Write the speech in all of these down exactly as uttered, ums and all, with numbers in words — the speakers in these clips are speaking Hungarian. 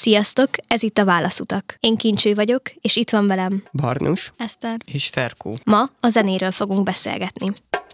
Sziasztok, ez itt a Válaszutak. Én Kincső vagyok, és itt van velem Barnus, Eszter és Ferkó. Ma a zenéről fogunk beszélgetni.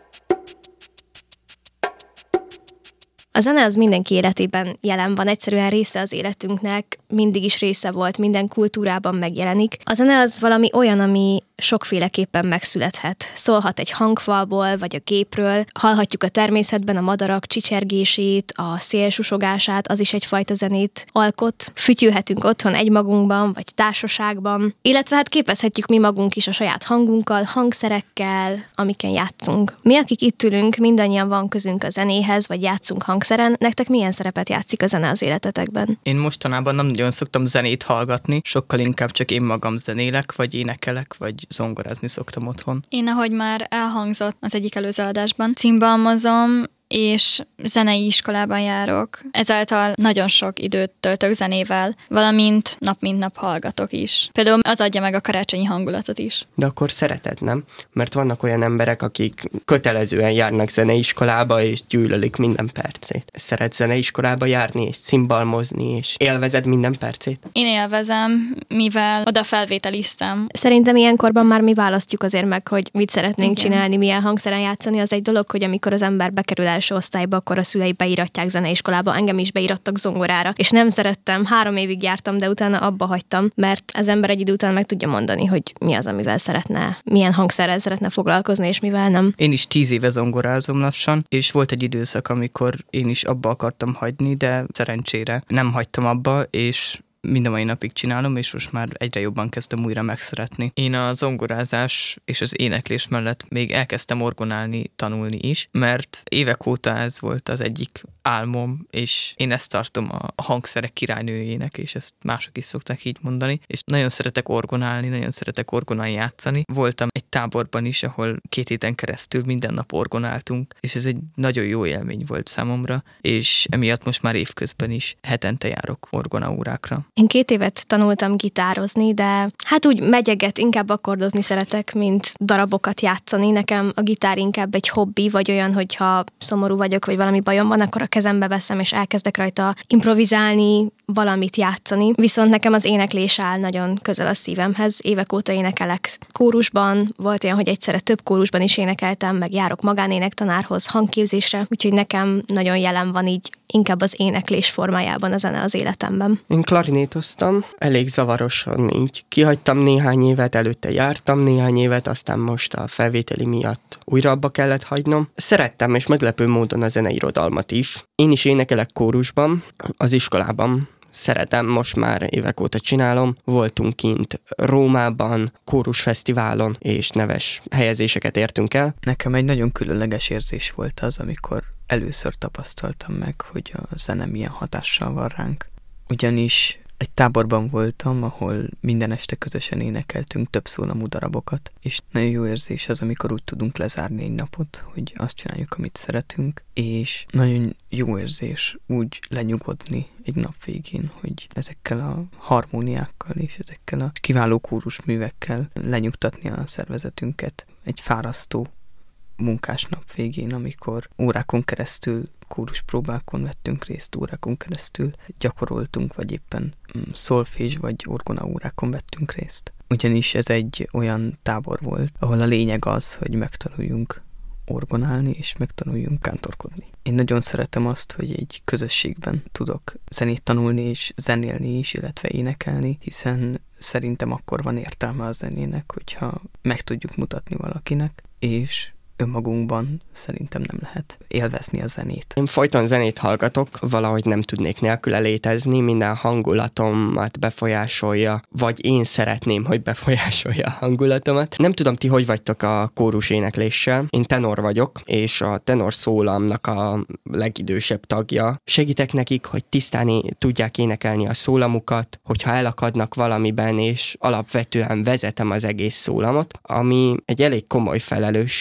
A zene az mindenki életében jelen van, egyszerűen része az életünknek, mindig is része volt, minden kultúrában megjelenik. A zene az valami olyan, ami sokféleképpen megszülethet. Szólhat egy hangfalból, vagy a gépről, hallhatjuk a természetben a madarak csicsergését, a szél susogását, az is egyfajta zenét alkot. Fütyülhetünk otthon egymagunkban, vagy társaságban, illetve hát képezhetjük mi magunk is a saját hangunkkal, hangszerekkel, amiken játszunk. Mi, akik itt ülünk, mindannyian van közünk a zenéhez, vagy játszunk hangszeren. Nektek milyen szerepet játszik a zene az életetekben? Én mostanában nem nagyon szoktam zenét hallgatni, sokkal inkább csak én magam zenélek, vagy énekelek, vagy zongorázni szoktam otthon. Én, ahogy már elhangzott az egyik előző adásban, cimbalmozom, és zenei iskolában járok. Ezáltal nagyon sok időt töltök zenével, valamint nap mint nap hallgatok is. Például az adja meg a karácsonyi hangulatot is. De akkor szereted, nem? Mert vannak olyan emberek, akik kötelezően járnak zeneiskolába, és gyűlölik minden percét. Szeret zeneiskolába járni, és cimbalmozni, és élvezed minden percét? Én élvezem, mivel oda felvételiztem. Szerintem ilyenkorban már mi választjuk azért meg, hogy mit szeretnénk Igen. csinálni, milyen hangszeren játszani. Az egy dolog, hogy amikor az ember bekerül első osztályba, akkor a szülei beíratják zeneiskolába, engem is beírattak zongorára, és nem szerettem, három évig jártam, de utána abba hagytam, mert az ember egy idő után meg tudja mondani, hogy mi az, amivel szeretne, milyen hangszerrel szeretne foglalkozni, és mivel nem. Én is tíz éve zongorázom lassan, és volt egy időszak, amikor én is abba akartam hagyni, de szerencsére nem hagytam abba, és mind a mai napig csinálom, és most már egyre jobban kezdtem újra megszeretni. Én a zongorázás és az éneklés mellett még elkezdtem orgonálni, tanulni is, mert évek óta ez volt az egyik álmom, és én ezt tartom a hangszerek királynőjének, és ezt mások is szokták így mondani, és nagyon szeretek orgonálni, nagyon szeretek orgonán játszani. Voltam egy táborban is, ahol két héten keresztül minden nap orgonáltunk, és ez egy nagyon jó élmény volt számomra, és emiatt most már évközben is hetente járok orgonaórákra. Én két évet tanultam gitározni, de hát úgy megyeget, inkább akkordozni szeretek, mint darabokat játszani. Nekem a gitár inkább egy hobbi, vagy olyan, hogyha szomorú vagyok, vagy valami bajom van, akkor a kezembe veszem, és elkezdek rajta improvizálni, valamit játszani. Viszont nekem az éneklés áll nagyon közel a szívemhez. Évek óta énekelek kórusban, volt olyan, hogy egyszerre több kórusban is énekeltem, meg járok magánénektanárhoz, hangképzésre, úgyhogy nekem nagyon jelen van így inkább az éneklés formájában a zene az életemben. Én klarinétoztam, elég zavarosan így. Kihagytam néhány évet, előtte jártam néhány évet, aztán most a felvételi miatt újra abba kellett hagynom. Szerettem, és meglepő módon a zeneirodalmat is. Én is énekelek kórusban, az iskolában. Szeretem, most már évek óta csinálom. Voltunk kint Rómában, kórusfesztiválon, és neves helyezéseket értünk el. Nekem egy nagyon különleges érzés volt az, amikor először tapasztaltam meg, hogy a zene milyen hatással van ránk. Ugyanis egy táborban voltam, ahol minden este közösen énekeltünk több szólamú darabokat, és nagyon jó érzés az, amikor úgy tudunk lezárni egy napot, hogy azt csináljuk, amit szeretünk, és nagyon jó érzés úgy lenyugodni egy nap végén, hogy ezekkel a harmóniákkal és ezekkel a kiváló kórusművekkel lenyugtatni a szervezetünket egy fárasztó munkás nap végén, amikor órákon keresztül kóruspróbákon vettünk részt, órákon keresztül gyakoroltunk, vagy éppen szolfés vagy orgonaórákon vettünk részt. Ugyanis ez egy olyan tábor volt, ahol a lényeg az, hogy megtanuljunk orgonálni, és megtanuljunk kántorkodni. Én nagyon szeretem azt, hogy egy közösségben tudok zenét tanulni, és zenélni is, illetve énekelni, hiszen szerintem akkor van értelme a zenének, hogyha meg tudjuk mutatni valakinek, és önmagunkban szerintem nem lehet élvezni a zenét. Én folyton zenét hallgatok, valahogy nem tudnék nélküle létezni, minden hangulatomat befolyásolja, vagy én szeretném, hogy befolyásolja a hangulatomat. Nem tudom, ti hogy vagytok a kórus énekléssel. Én tenor vagyok, és a tenor szólamnak a legidősebb tagja. Segítek nekik, hogy tisztán é- tudják énekelni a szólamukat, hogyha elakadnak valamiben, és alapvetően vezetem az egész szólamot, ami egy elég komoly felelősség,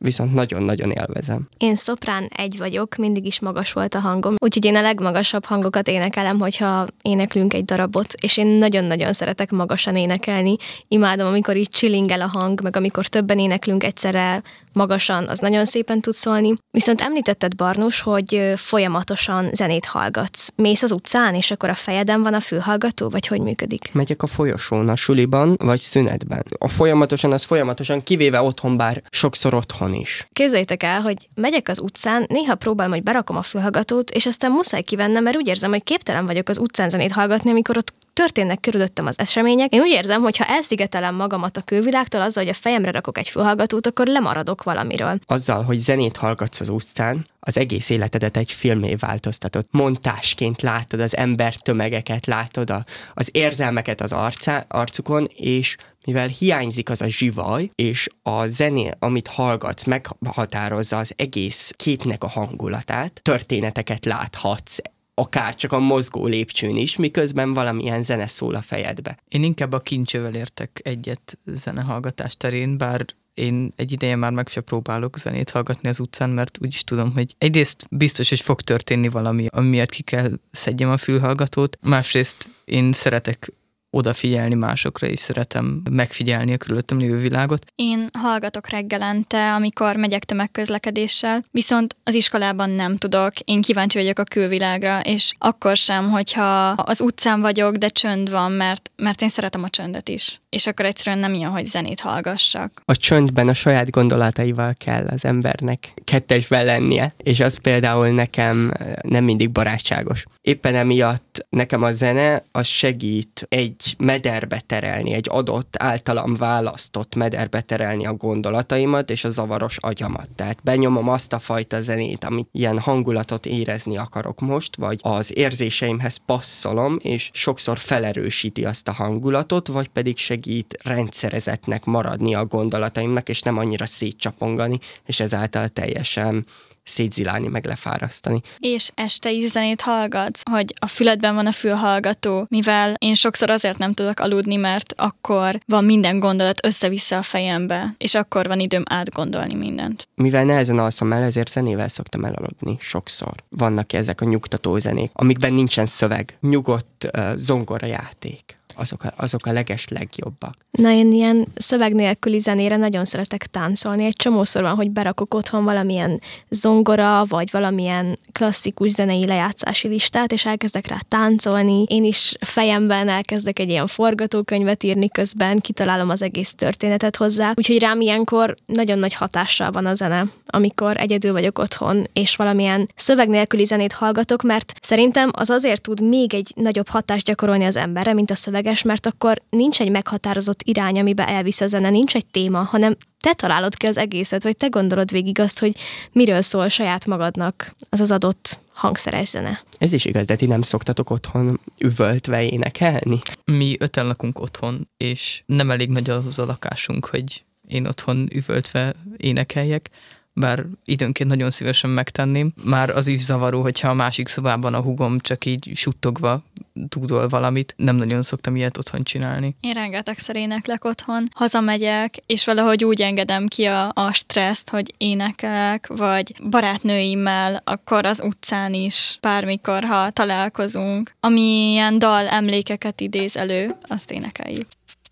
viszont nagyon-nagyon élvezem. Én szoprán egy vagyok, mindig is magas volt a hangom, úgyhogy én a legmagasabb hangokat énekelem, hogyha éneklünk egy darabot, és én nagyon-nagyon szeretek magasan énekelni. Imádom, amikor így chillingel a hang, meg amikor többen éneklünk egyszerre magasan, az nagyon szépen tud szólni. Viszont említetted, Barnus, hogy folyamatosan zenét hallgatsz. Mész az utcán, és akkor a fejeden van a fülhallgató, vagy hogy működik? Megyek a folyosón, a suliban, vagy szünetben. A folyamatosan, az folyamatosan, kivéve otthon, bár sokszor otthon is. Képzeljétek el, hogy megyek az utcán, néha próbálom, hogy berakom a fülhallgatót, és aztán muszáj kivennem, mert úgy érzem, hogy képtelen vagyok az utcán zenét hallgatni, amikor ott történnek körülöttem az események. Én úgy érzem, hogy ha elszigetelem magamat a külvilágtól azzal, hogy a fejemre rakok egy fülhallgatót, akkor lemaradok valamiről. Azzal, hogy zenét hallgatsz az utcán, az egész életedet egy filmé változtatod. Montásként látod az embertömegeket, látod a, az érzelmeket az arcá, arcukon, és mivel hiányzik az a zsivaj, és a zené, amit hallgatsz, meghatározza az egész képnek a hangulatát, történeteket láthatsz, akár csak a mozgó lépcsőn is, miközben valamilyen zene szól a fejedbe. Én inkább a kincsővel értek egyet zenehallgatás terén, bár én egy ideje már meg se próbálok zenét hallgatni az utcán, mert úgyis tudom, hogy egyrészt biztos, hogy fog történni valami, amiért ki kell szedjem a fülhallgatót, másrészt én szeretek odafigyelni másokra, és szeretem megfigyelni a körülöttem lévő világot. Én hallgatok reggelente, amikor megyek tömegközlekedéssel, viszont az iskolában nem tudok, én kíváncsi vagyok a külvilágra, és akkor sem, hogyha az utcán vagyok, de csönd van, mert, mert én szeretem a csöndet is. És akkor egyszerűen nem ilyen, hogy zenét hallgassak. A csöndben a saját gondolataival kell az embernek kettesben lennie, és az például nekem nem mindig barátságos. Éppen emiatt nekem a zene az segít egy mederbe terelni, egy adott általam választott mederbe terelni a gondolataimat és a zavaros agyamat. Tehát benyomom azt a fajta zenét, amit ilyen hangulatot érezni akarok most, vagy az érzéseimhez passzolom, és sokszor felerősíti azt a hangulatot, vagy pedig segít rendszerezetnek maradni a gondolataimnak, és nem annyira szétcsapongani, és ezáltal teljesen szétzilálni, meg lefárasztani. És este is zenét hallgatsz, hogy a füledben van a fülhallgató, mivel én sokszor azért nem tudok aludni, mert akkor van minden gondolat össze-vissza a fejembe, és akkor van időm átgondolni mindent. Mivel nehezen alszom el, ezért zenével szoktam elaludni sokszor. Vannak ezek a nyugtató zenék, amikben nincsen szöveg, nyugodt uh, zongorajáték. Azok a, azok a leges legjobbak. Na, én ilyen szöveg nélküli zenére nagyon szeretek táncolni. Egy csomószor van, hogy berakok otthon valamilyen zongora, vagy valamilyen klasszikus zenei lejátszási listát, és elkezdek rá táncolni. Én is fejemben elkezdek egy ilyen forgatókönyvet írni közben, kitalálom az egész történetet hozzá. Úgyhogy rám ilyenkor nagyon nagy hatással van a zene, amikor egyedül vagyok otthon, és valamilyen szöveg nélküli zenét hallgatok, mert szerintem az azért tud még egy nagyobb hatást gyakorolni az emberre, mint a szöveg, mert akkor nincs egy meghatározott irány, amiben elvisz a zene, nincs egy téma, hanem te találod ki az egészet, vagy te gondolod végig azt, hogy miről szól saját magadnak az az adott hangszeres zene. Ez is igaz, de ti nem szoktatok otthon üvöltve énekelni? Mi öten lakunk otthon, és nem elég nagy az a lakásunk, hogy én otthon üvöltve énekeljek, bár időnként nagyon szívesen megtenném. Már az is zavaró, hogyha a másik szobában a húgom csak így suttogva tudol valamit. Nem nagyon szoktam ilyet otthon csinálni. Én rengetegszer éneklek otthon, hazamegyek, és valahogy úgy engedem ki a, a stresszt, hogy énekelek, vagy barátnőimmel, akkor az utcán is, bármikor, ha találkozunk. Ami ilyen dal emlékeket idéz elő, azt énekeljük.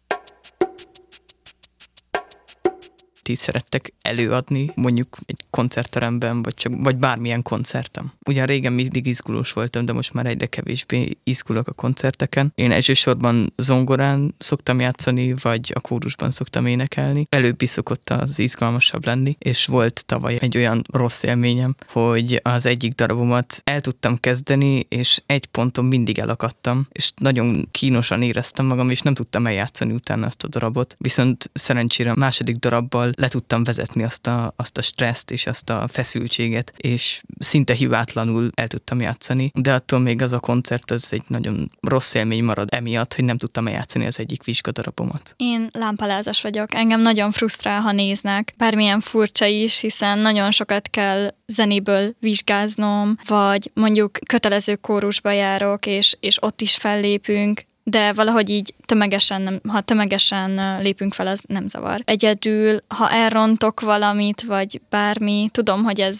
Ti szerettek előadni, mondjuk egy koncertteremben, vagy, csak, vagy bármilyen koncertem. Ugyan régen mindig izgulós voltam, de most már egyre kevésbé izgulok a koncerteken. Én elsősorban zongorán szoktam játszani, vagy a kórusban szoktam énekelni. Előbb is szokott az izgalmasabb lenni, és volt tavaly egy olyan rossz élményem, hogy az egyik darabomat el tudtam kezdeni, és egy ponton mindig elakadtam, és nagyon kínosan éreztem magam, és nem tudtam eljátszani utána azt a darabot. Viszont szerencsére a második darabbal le tudtam vezetni azt a, azt a stresszt és azt a feszültséget, és szinte hibátlanul el tudtam játszani, de attól még az a koncert az egy nagyon rossz élmény marad emiatt, hogy nem tudtam eljátszani az egyik vizsgadarabomat. Én lámpalázas vagyok, engem nagyon frusztrál, ha néznek, bármilyen furcsa is, hiszen nagyon sokat kell zenéből vizsgáznom, vagy mondjuk kötelező kórusba járok, és, és ott is fellépünk, de valahogy így tömegesen, nem, ha tömegesen lépünk fel, az nem zavar. Egyedül, ha elrontok valamit, vagy bármi, tudom, hogy ez,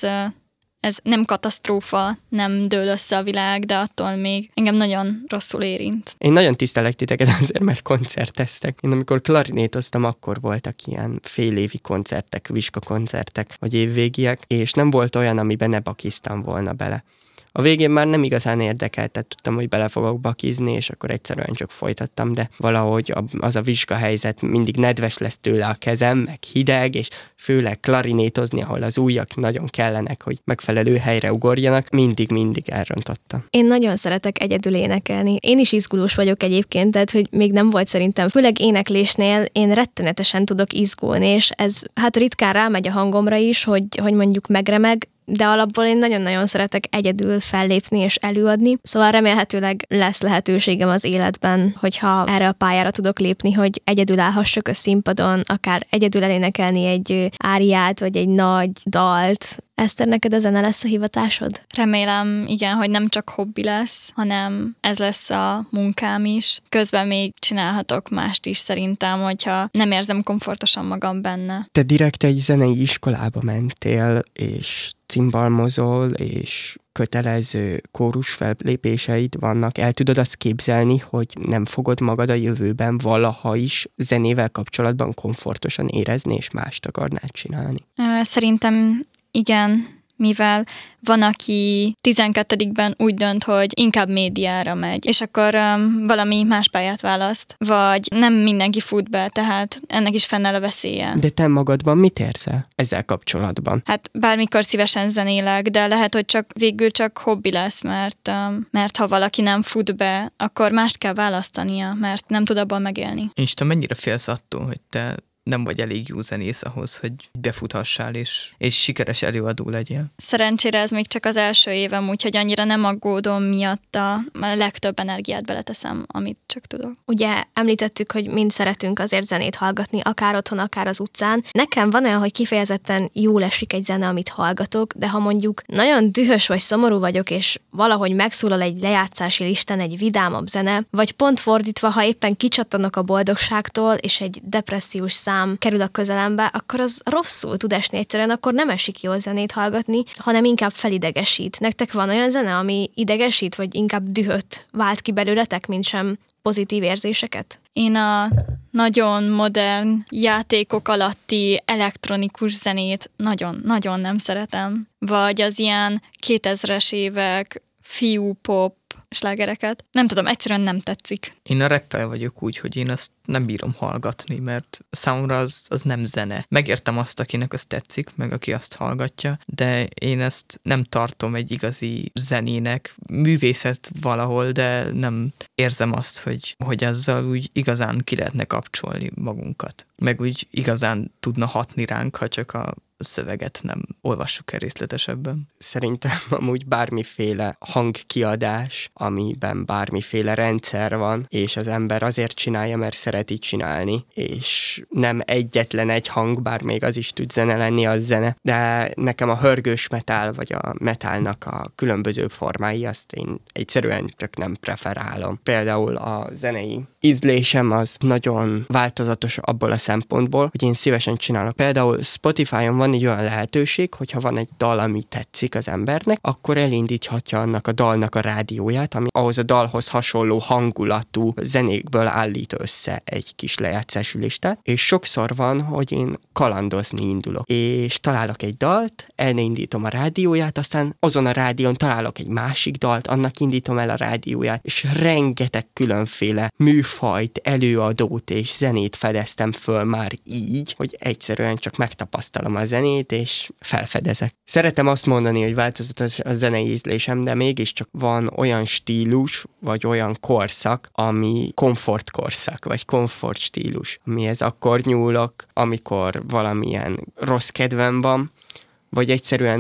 ez nem katasztrófa, nem dől össze a világ, de attól még engem nagyon rosszul érint. Én nagyon tisztelek titeket azért, mert koncerteztek. Én amikor klarinétoztam, akkor voltak ilyen félévi koncertek, vizsgakoncertek, vagy évvégiek, és nem volt olyan, amiben ne bakiztam volna bele. A végén már nem igazán érdekelt, tehát tudtam, hogy bele fogok bakizni, és akkor egyszerűen csak folytattam, de valahogy az a vizsgahelyzet mindig nedves lesz tőle a kezem, meg hideg, és főleg klarinétozni, ahol az ujjak nagyon kellenek, hogy megfelelő helyre ugorjanak, mindig-mindig elrontottam. Én nagyon szeretek egyedül énekelni. Én is izgulós vagyok egyébként, tehát hogy még nem volt szerintem. Főleg éneklésnél én rettenetesen tudok izgulni, és ez hát ritkán rámegy a hangomra is, hogy, hogy mondjuk megremeg, de alapból én nagyon-nagyon szeretek egyedül fellépni és előadni, szóval remélhetőleg lesz lehetőségem az életben, hogyha erre a pályára tudok lépni, hogy egyedül állhassak a színpadon, akár egyedül elénekelni egy áriát, vagy egy nagy dalt. Eszter, neked a zene lesz a hivatásod? Remélem, igen, hogy nem csak hobbi lesz, hanem ez lesz a munkám is. Közben még csinálhatok mást is szerintem, hogyha nem érzem komfortosan magam benne. Te direkt egy zenei iskolába mentél, és cimbalmozol, és kötelező kórus fellépéseid vannak. El tudod azt képzelni, hogy nem fogod magad a jövőben valaha is zenével kapcsolatban komfortosan érezni, és mást akarnád csinálni? Szerintem igen, mivel van, aki tizenkettedikben úgy dönt, hogy inkább médiára megy, és akkor um, valami más pályát választ, vagy nem mindenki fut be, tehát ennek is fennáll a veszélye. De te magadban mit érzel ezzel kapcsolatban? Hát bármikor szívesen zenélek, de lehet, hogy csak végül csak hobbi lesz, mert, um, mert ha valaki nem fut be, akkor mást kell választania, mert nem tud abban megélni. És te mennyire félsz attól, hogy te nem vagy elég jó zenész ahhoz, hogy befuthassál, és, és sikeres előadó legyél? Szerencsére ez még csak az első évem, úgyhogy annyira nem aggódom miatta, a legtöbb energiát beleteszem, amit csak tudok. Ugye említettük, hogy mind szeretünk azért zenét hallgatni, akár otthon, akár az utcán. Nekem van olyan, hogy kifejezetten jól esik egy zene, amit hallgatok, de ha mondjuk nagyon dühös vagy szomorú vagyok, és valahogy megszólal egy lejátszási listán egy vidámabb zene, vagy pont fordítva, ha éppen kicsattanok a boldogságtól, és egy depressziós szám kerül a közelembe, akkor az rosszul tud esni egyszerűen, akkor nem esik jól zenét hallgatni, hanem inkább felidegesít. Nektek van olyan zene, ami idegesít, vagy inkább dühöt vált ki belőletek, mint sem pozitív érzéseket? Én a nagyon modern játékok alatti elektronikus zenét nagyon-nagyon nem szeretem. Vagy az ilyen kétezres évek fiú pop slágereket. Nem tudom, egyszerűen nem tetszik. Én a rappel vagyok úgy, hogy én azt nem bírom hallgatni, mert számomra az, az nem zene. Megértem azt, akinek az tetszik, meg aki azt hallgatja, de én ezt nem tartom egy igazi zenének. Művészet valahol, de nem érzem azt, hogy, hogy ezzel úgy igazán ki lehetne kapcsolni magunkat. Meg úgy igazán tudna hatni ránk, ha csak a szöveget nem olvassuk el részletesebben. Szerintem amúgy bármiféle hangkiadás, amiben bármiféle rendszer van, és az ember azért csinálja, mert szereti csinálni, és nem egyetlen egy hang, bár még az is tud zene lenni, az zene, de nekem a hörgős metál, vagy a metálnak a különböző formái, azt én egyszerűen csak nem preferálom. Például a zenei ízlésem az nagyon változatos abból a szempontból, hogy én szívesen csinálok. Például Spotify-on van egy olyan lehetőség, hogyha van egy dal, ami tetszik az embernek, akkor elindíthatja annak a dalnak a rádióját, ami ahhoz a dalhoz hasonló hangulatú zenékből állít össze egy kis lejátszási listát, és sokszor van, hogy én kalandozni indulok, és találok egy dalt, elindítom a rádióját, aztán azon a rádión találok egy másik dalt, annak indítom el a rádióját, és rengeteg különféle műfajt, előadót és zenét fedeztem föl már így, hogy egyszerűen csak megtapasztalom a zenét, és felfedezek. Szeretem azt mondani, hogy változatos a zenei ízlésem, de mégiscsak van olyan stílus, vagy olyan korszak, ami komfortkorszak, vagy komfort stílus, amihez akkor nyúlok, amikor valamilyen rossz kedvem van, vagy egyszerűen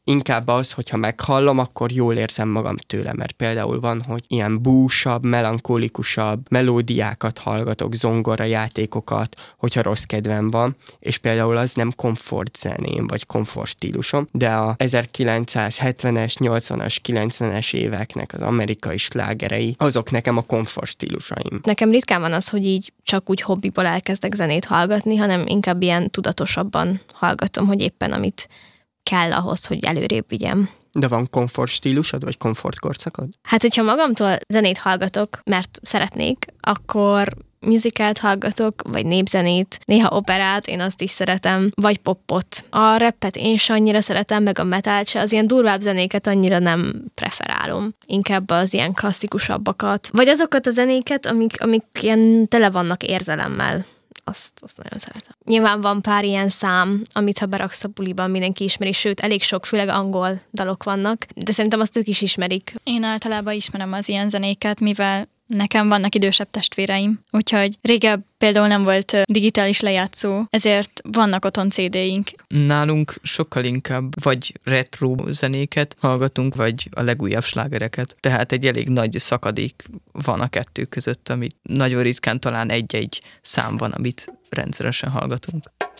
inkább az, hogyha meghallom, akkor jól érzem magam tőle, mert például van, hogy ilyen búsabb, melankolikusabb melódiákat hallgatok, zongora játékokat, hogyha rossz kedvem van, és például az nem komfort zeném, vagy komfort stílusom, de a ezerkilencszázhetvenes, nyolcvanas, kilencvenes éveknek az amerikai slágerei, azok nekem a komfort stílusaim. Nekem ritkán van az, hogy így csak úgy hobbiból elkezdek zenét hallgatni, hanem inkább ilyen tudatosabban hallgatom, hogy éppen amit kell ahhoz, hogy előrébb vigyem. De van komfort stílusod, vagy komfort korszakod? Hát, hogyha magamtól zenét hallgatok, mert szeretnék, akkor musicalt hallgatok, vagy népzenét, néha operát, én azt is szeretem, vagy popot. A rappet én se annyira szeretem, meg a metalt se, az ilyen durvább zenéket annyira nem preferálom. Inkább az ilyen klasszikusabbakat, vagy azokat a zenéket, amik, amik ilyen tele vannak érzelemmel. Azt, azt nagyon szeretem. Nyilván van pár ilyen szám, amit ha beraksz a buliban, mindenki ismeri, sőt, elég sok, főleg angol dalok vannak, de szerintem azt ők is ismerik. Én általában ismerem az ilyen zenéket, mivel nekem vannak idősebb testvéreim, úgyhogy régebb például nem volt digitális lejátszó, ezért vannak otthon cé dé-ink. Nálunk sokkal inkább vagy retro zenéket hallgatunk, vagy a legújabb slágereket. Tehát egy elég nagy szakadék van a kettő között, amit nagyon ritkán talán egy-egy szám van, amit rendszeresen hallgatunk.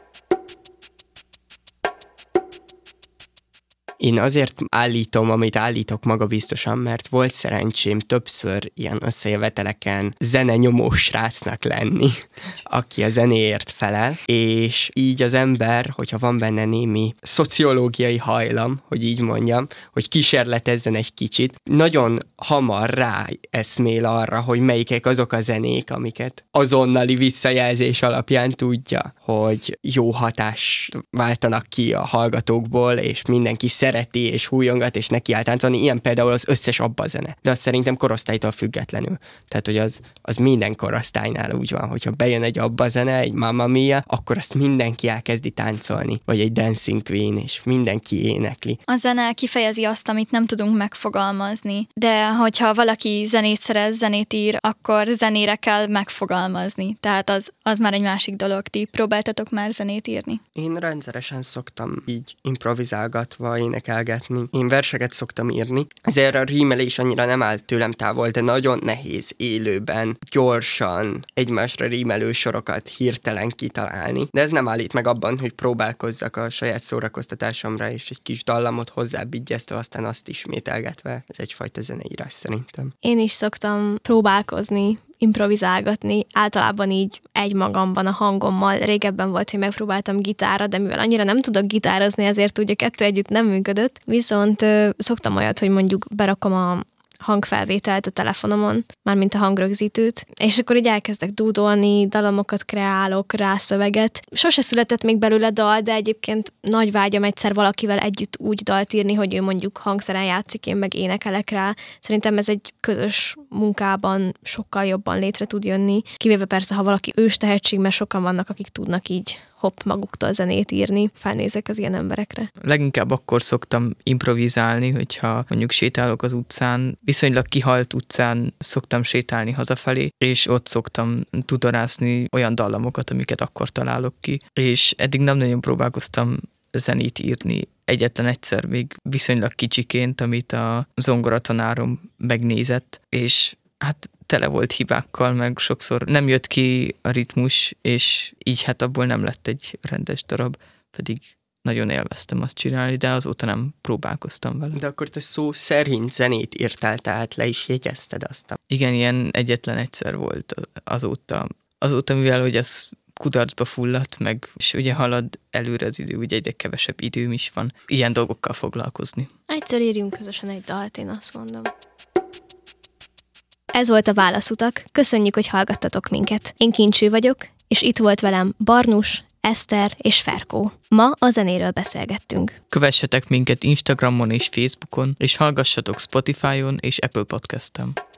Én azért állítom, amit állítok magabiztosan, mert volt szerencsém többször ilyen összejöveteleken zenenyomós srácnak lenni, aki a zenéért felel, és így az ember, hogyha van benne némi szociológiai hajlam, hogy így mondjam, hogy kísérletezzen egy kicsit, nagyon hamar rá eszmél arra, hogy melyikek azok a zenék, amiket azonnali visszajelzés alapján tudja, hogy jó hatást váltanak ki a hallgatókból, és mindenki szereti, és hújongat, és neki áll táncolni. Ilyen például az összes abba zene. De azt szerintem korosztálytól függetlenül. Tehát, hogy az, az minden korosztálynál úgy van, hogyha bejön egy abba zene, egy Mamma Mia, akkor azt mindenki elkezdi táncolni. Vagy egy Dancing Queen, és mindenki énekli. A zene kifejezi azt, amit nem tudunk megfogalmazni. De hogyha valaki zenét szerez, zenét ír, akkor zenére kell megfogalmazni. Tehát az, az már egy másik dolog. Ti próbáltatok már zenét írni? Én rendszeresen szoktam így improvizálgatva énekelgetni. Én verseket szoktam írni. Ezért a rímelés annyira nem áll tőlem távol, de nagyon nehéz élőben, gyorsan egymásra rímelő sorokat hirtelen kitalálni. De ez nem állít meg abban, hogy próbálkozzak a saját szórakoztatásomra, és egy kis dallamot hozzábigyeztve, aztán azt ismételgetve. Ez egyfajta zeneírás szerintem. Én is szoktam próbálkozni, improvizálgatni, általában így egymagamban a hangommal. Régebben volt, hogy megpróbáltam gitárra, de mivel annyira nem tudok gitározni, ezért ugye kettő együtt nem működött. Viszont ö, szoktam olyat, hogy mondjuk berakom a hangfelvételt a telefonomon, mármint a hangrögzítőt, és akkor így elkezdek dúdolni, dalomokat kreálok, rá szöveget. Sose született még belőle dal, de egyébként nagy vágyam egyszer valakivel együtt úgy dalt írni, hogy ő mondjuk hangszeren játszik, én meg énekelek rá. Szerintem ez egy közös munkában sokkal jobban létre tud jönni. Kivéve persze, ha valaki ős tehetség, mert sokan vannak, akik tudnak így hopp maguktól zenét írni. Felnézek az ilyen emberekre. Leginkább akkor szoktam improvizálni, hogyha mondjuk sétálok az utcán, viszonylag kihalt utcán szoktam sétálni hazafelé, és ott szoktam tudorászni olyan dallamokat, amiket akkor találok ki. És eddig nem nagyon próbálkoztam zenét írni. Egyetlen egyszer még viszonylag kicsiként, amit a zongoratanárom megnézett, és hát tele volt hibákkal, meg sokszor nem jött ki a ritmus, és így hát abból nem lett egy rendes darab, pedig nagyon élveztem azt csinálni, de azóta nem próbálkoztam vele. De akkor te szó szerint zenét írtál, tehát le is jegyezted azt. Igen, ilyen egyetlen egyszer volt azóta. Azóta, mivel hogy az kudarcba fulladt meg, és ugye halad előre az idő, ugye egyre kevesebb időm is van ilyen dolgokkal foglalkozni. Egyszer írjunk közösen egy dalt, én azt mondom. Ez volt a Válaszutak. Köszönjük, hogy hallgattatok minket. Én Kincső vagyok, és itt volt velem Barnus, Eszter és Ferkó. Ma a zenéről beszélgettünk. Kövessetek minket Instagramon és Facebookon, és hallgassatok Spotify-on és Apple Podcast-en.